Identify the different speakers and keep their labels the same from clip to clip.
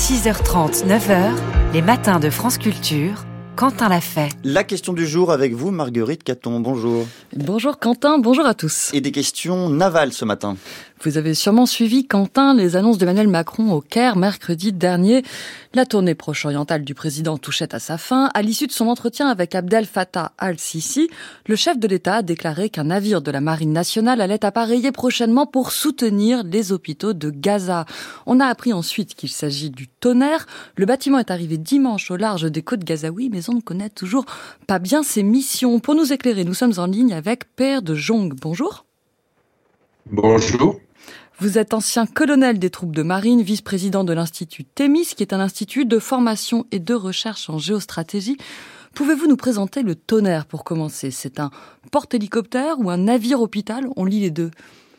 Speaker 1: 6h30, 9h, les matins de France Culture, Quentin l'a fait.
Speaker 2: La question du jour avec vous, Marguerite Caton. Bonjour.
Speaker 3: Bonjour Quentin, bonjour à tous.
Speaker 2: Et des questions navales ce matin.
Speaker 3: Vous avez sûrement suivi, Quentin, les annonces d'Emmanuel Macron au Caire mercredi dernier. La tournée proche-orientale du président touchait à sa fin. À l'issue de son entretien avec Abdel Fattah al-Sisi, le chef de l'État a déclaré qu'un navire de la Marine nationale allait appareiller prochainement pour soutenir les hôpitaux de Gaza. On a appris ensuite qu'il s'agit du Tonnerre. Le bâtiment est arrivé dimanche au large des côtes gazaouis, mais on ne connaît toujours pas bien ses missions. Pour nous éclairer, nous sommes en ligne avec Père de Jong. Bonjour.
Speaker 4: Bonjour.
Speaker 3: Vous êtes ancien colonel des troupes de marine, vice-président de l'Institut Thémis, qui est un institut de formation et de recherche en géostratégie. Pouvez-vous nous présenter le Tonnerre pour commencer ? C'est un porte-hélicoptère ou un navire-hôpital ? On lit les deux.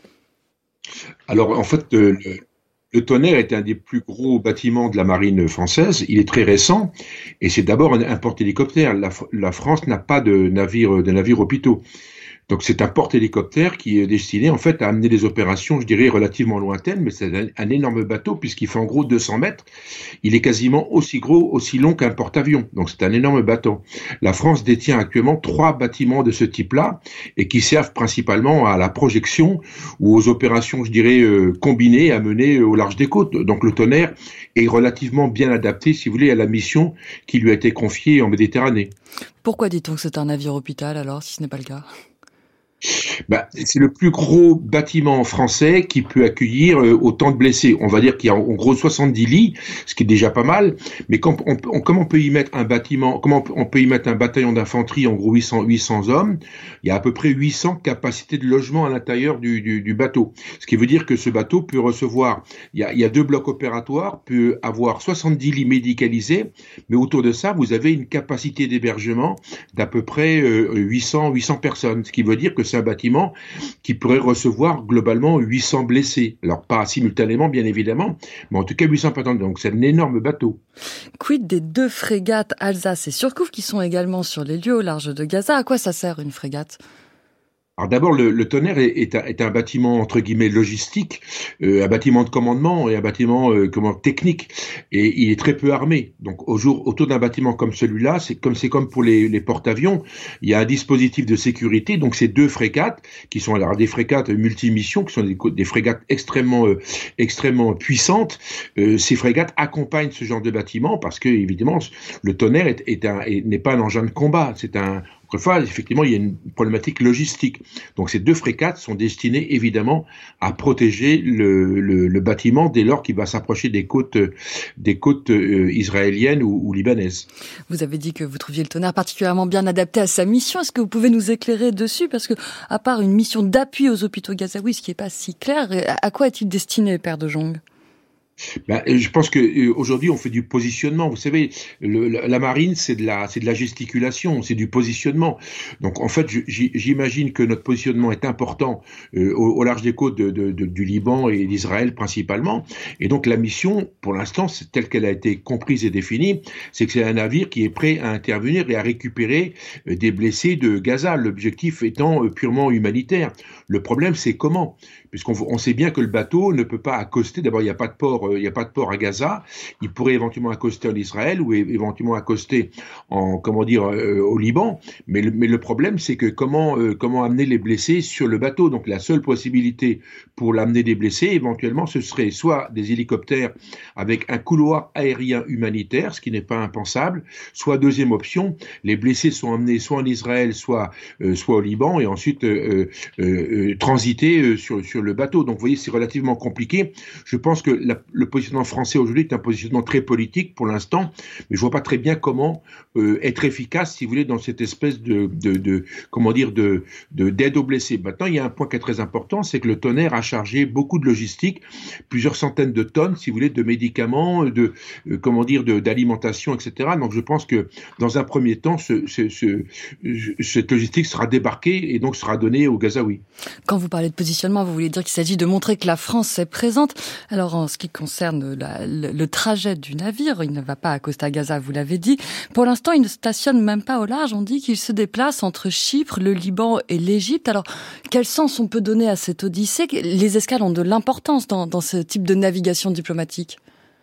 Speaker 4: Alors en fait, le Tonnerre est un des plus gros bâtiments de la marine française. Il est très récent et c'est d'abord un porte-hélicoptère. La France n'a pas de navire hôpitaux. Donc c'est un porte-hélicoptère qui est destiné en fait à amener des opérations, je dirais, relativement lointaines, mais c'est un énorme bateau puisqu'il fait en gros 200 mètres. Il est quasiment aussi gros, aussi long qu'un porte-avions. Donc c'est un énorme bateau. La France détient actuellement 3 bâtiments de ce type-là et qui servent principalement à la projection ou aux opérations, je dirais, combinées à mener au large des côtes. Donc le Tonnerre est relativement bien adapté, si vous voulez, à la mission qui lui a été confiée en Méditerranée.
Speaker 3: Pourquoi dit-on que c'est un navire-hôpital alors, si ce n'est pas le cas ?
Speaker 4: C'est le plus gros bâtiment français qui peut accueillir autant de blessés. On va dire qu'il y a en gros 70 lits, ce qui est déjà pas mal. Mais comment on peut y mettre un bâtiment, comment on peut y mettre un bataillon d'infanterie, en gros 800 hommes. Il y a à peu près 800 capacités de logement à l'intérieur du bateau. Ce qui veut dire que ce bateau peut recevoir, il y a 2 blocs opératoires, peut avoir 70 lits médicalisés, mais autour de ça, vous avez une capacité d'hébergement d'à peu près 800 personnes. Ce qui veut dire que c'est un bâtiment qui pourrait recevoir globalement 800 blessés. Alors pas simultanément bien évidemment, mais en tout cas 800 personnes. Donc c'est un énorme bateau.
Speaker 3: Quid des 2 frégates Alsace et Surcouf qui sont également sur les lieux au large de Gaza ? À quoi ça sert une frégate ?
Speaker 4: Alors d'abord, le Tonnerre est un bâtiment entre guillemets logistique, un bâtiment de commandement et un bâtiment technique, et il est très peu armé. Donc autour d'un bâtiment comme celui-là, c'est comme pour les porte-avions, il y a un dispositif de sécurité. Donc ces 2 frégates qui sont alors des frégates multimissions, qui sont des frégates extrêmement puissantes. Ces frégates accompagnent ce genre de bâtiment parce que évidemment le Tonnerre n'est pas un engin de combat, c'est un effectivement, il y a une problématique logistique. Donc, ces 2 frégates sont destinées, évidemment, à protéger le bâtiment dès lors qu'il va s'approcher des côtes israéliennes ou libanaises.
Speaker 3: Vous avez dit que vous trouviez le Tonnerre particulièrement bien adapté à sa mission. Est-ce que vous pouvez nous éclairer dessus ? Parce que, à part une mission d'appui aux hôpitaux gazaouis, ce qui n'est pas si clair, à quoi est-il destiné, Père de Jong ?
Speaker 4: Je pense que aujourd'hui on fait du positionnement. Vous savez, la marine c'est de la gesticulation, c'est du positionnement. Donc en fait, j'imagine que notre positionnement est important au large des côtes du Liban et d'Israël principalement. Et donc la mission, pour l'instant, c'est telle qu'elle a été comprise et définie, c'est que c'est un navire qui est prêt à intervenir et à récupérer des blessés de Gaza. L'objectif étant purement humanitaire. Le problème, c'est comment ? Puisqu'on sait bien que le bateau ne peut pas accoster. D'abord, il n'y a pas de port à Gaza. Il pourrait éventuellement accoster en Israël ou éventuellement accoster au Liban. Mais le problème, c'est que comment amener les blessés sur le bateau. Donc, la seule possibilité pour l'amener des blessés, éventuellement, ce serait soit des hélicoptères avec un couloir aérien humanitaire, ce qui n'est pas impensable. Soit deuxième option, les blessés sont amenés soit en Israël, soit au Liban et ensuite transiter sur le bateau. Donc vous voyez, c'est relativement compliqué. Je pense que le positionnement français aujourd'hui est un positionnement très politique pour l'instant, mais je vois pas très bien comment être efficace, si vous voulez, dans cette espèce d'aide aux blessés. Maintenant, il y a un point qui est très important, c'est que le Tonnerre a chargé beaucoup de logistique, plusieurs centaines de tonnes, si vous voulez, de médicaments, d'alimentation, etc. Donc je pense que dans un premier temps, cette logistique sera débarquée et donc sera donnée aux Gazaouis.
Speaker 3: Quand vous parlez de positionnement, vous voulez dire qu'il s'agit de montrer que la France est présente. Alors, en ce qui concerne le trajet du navire, il ne va pas à Costa Gaza, vous l'avez dit. Pour l'instant, il ne stationne même pas au large. On dit qu'il se déplace entre Chypre, le Liban et l'Égypte. Alors, quel sens on peut donner à cette odyssée ? Les escales ont de l'importance dans ce type de navigation diplomatique.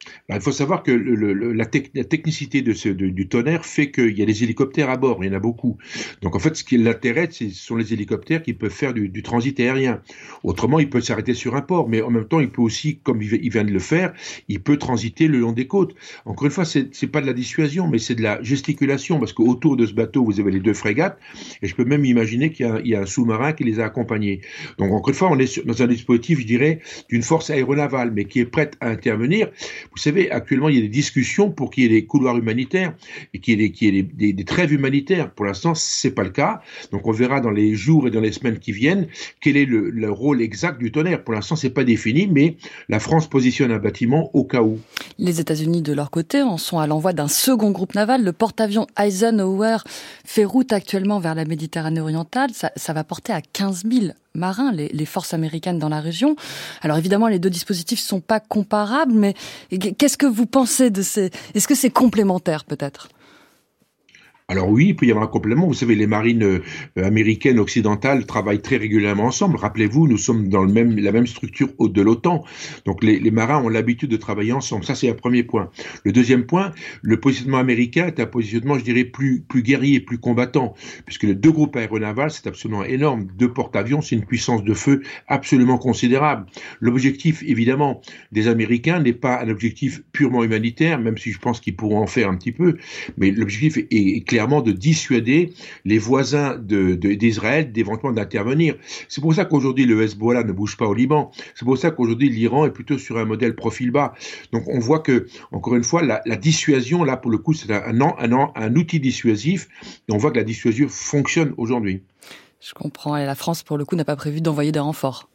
Speaker 4: Alors, il faut savoir que la technicité du tonnerre fait qu'il y a des hélicoptères à bord, il y en a beaucoup. Donc en fait, ce qui est l'intérêt, ce sont les hélicoptères qui peuvent faire du transit aérien. Autrement, il peut s'arrêter sur un port, mais en même temps, il peut aussi, comme il vient de le faire, il peut transiter le long des côtes. Encore une fois, c'est pas de la dissuasion, mais c'est de la gesticulation, parce qu'autour de ce bateau, vous avez les 2 frégates, et je peux même imaginer qu'il y a un sous-marin qui les a accompagnés. Donc encore une fois, on est dans un dispositif, je dirais, d'une force aéronavale, mais qui est prête à intervenir. Vous savez, actuellement, il y a des discussions pour qu'il y ait des couloirs humanitaires et qu'il y ait des trêves humanitaires. Pour l'instant, c'est pas le cas. Donc, on verra dans les jours et dans les semaines qui viennent quel est le rôle exact du tonnerre. Pour l'instant, c'est pas défini, mais la France positionne un bâtiment au cas où.
Speaker 3: Les États-Unis, de leur côté, en sont à l'envoi d'un second groupe naval. Le porte-avions Eisenhower fait route actuellement vers la Méditerranée orientale. Ça va porter à 15 000 marins, les forces américaines dans la région. Alors évidemment, les 2 dispositifs sont pas comparables, mais qu'est-ce que vous pensez de ces... Est-ce que c'est complémentaire peut-être ?
Speaker 4: Alors oui, il peut y avoir un complément. Vous savez, les marines américaines occidentales travaillent très régulièrement ensemble. Rappelez-vous, nous sommes dans la même structure de l'OTAN. Donc les marins ont l'habitude de travailler ensemble. Ça, c'est un premier point. Le deuxième point, le positionnement américain est un positionnement, je dirais, plus guerrier, plus combattant, puisque les 2 groupes aéronavals, c'est absolument énorme. 2 porte-avions, c'est une puissance de feu absolument considérable. L'objectif, évidemment, des Américains n'est pas un objectif purement humanitaire, même si je pense qu'ils pourront en faire un petit peu, mais l'objectif est clairement de dissuader les voisins d'Israël d'éventuellement d'intervenir. C'est pour ça qu'aujourd'hui le Hezbollah ne bouge pas au Liban. C'est pour ça qu'aujourd'hui l'Iran est plutôt sur un modèle profil bas. Donc on voit que, encore une fois, la dissuasion, là pour le coup, c'est un outil dissuasif, et on voit que la dissuasion fonctionne aujourd'hui.
Speaker 3: Je comprends. Et la France, pour le coup, n'a pas prévu d'envoyer des renforts.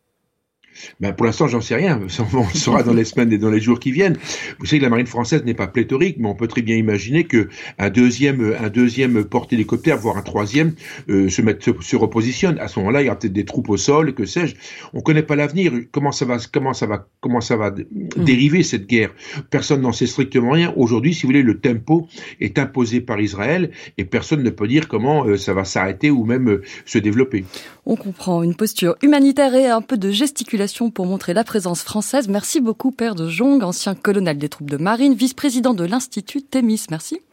Speaker 4: Ben pour l'instant, j'en sais rien. On le saura dans les semaines et dans les jours qui viennent. Vous savez que la marine française n'est pas pléthorique, mais on peut très bien imaginer que un deuxième porte-hélicoptère, voire un troisième, se repositionne. À ce moment-là, il y aura peut-être des troupes au sol, que sais-je. On connaît pas l'avenir. Comment ça va dériver cette guerre? Personne n'en sait strictement rien. Aujourd'hui, si vous voulez, le tempo est imposé par Israël et personne ne peut dire comment ça va s'arrêter ou même se développer.
Speaker 3: On comprend une posture humanitaire et un peu de gesticulation pour montrer la présence française. Merci beaucoup, Père de Jong, ancien colonel des troupes de marine, vice-président de l'Institut Thémis. Merci.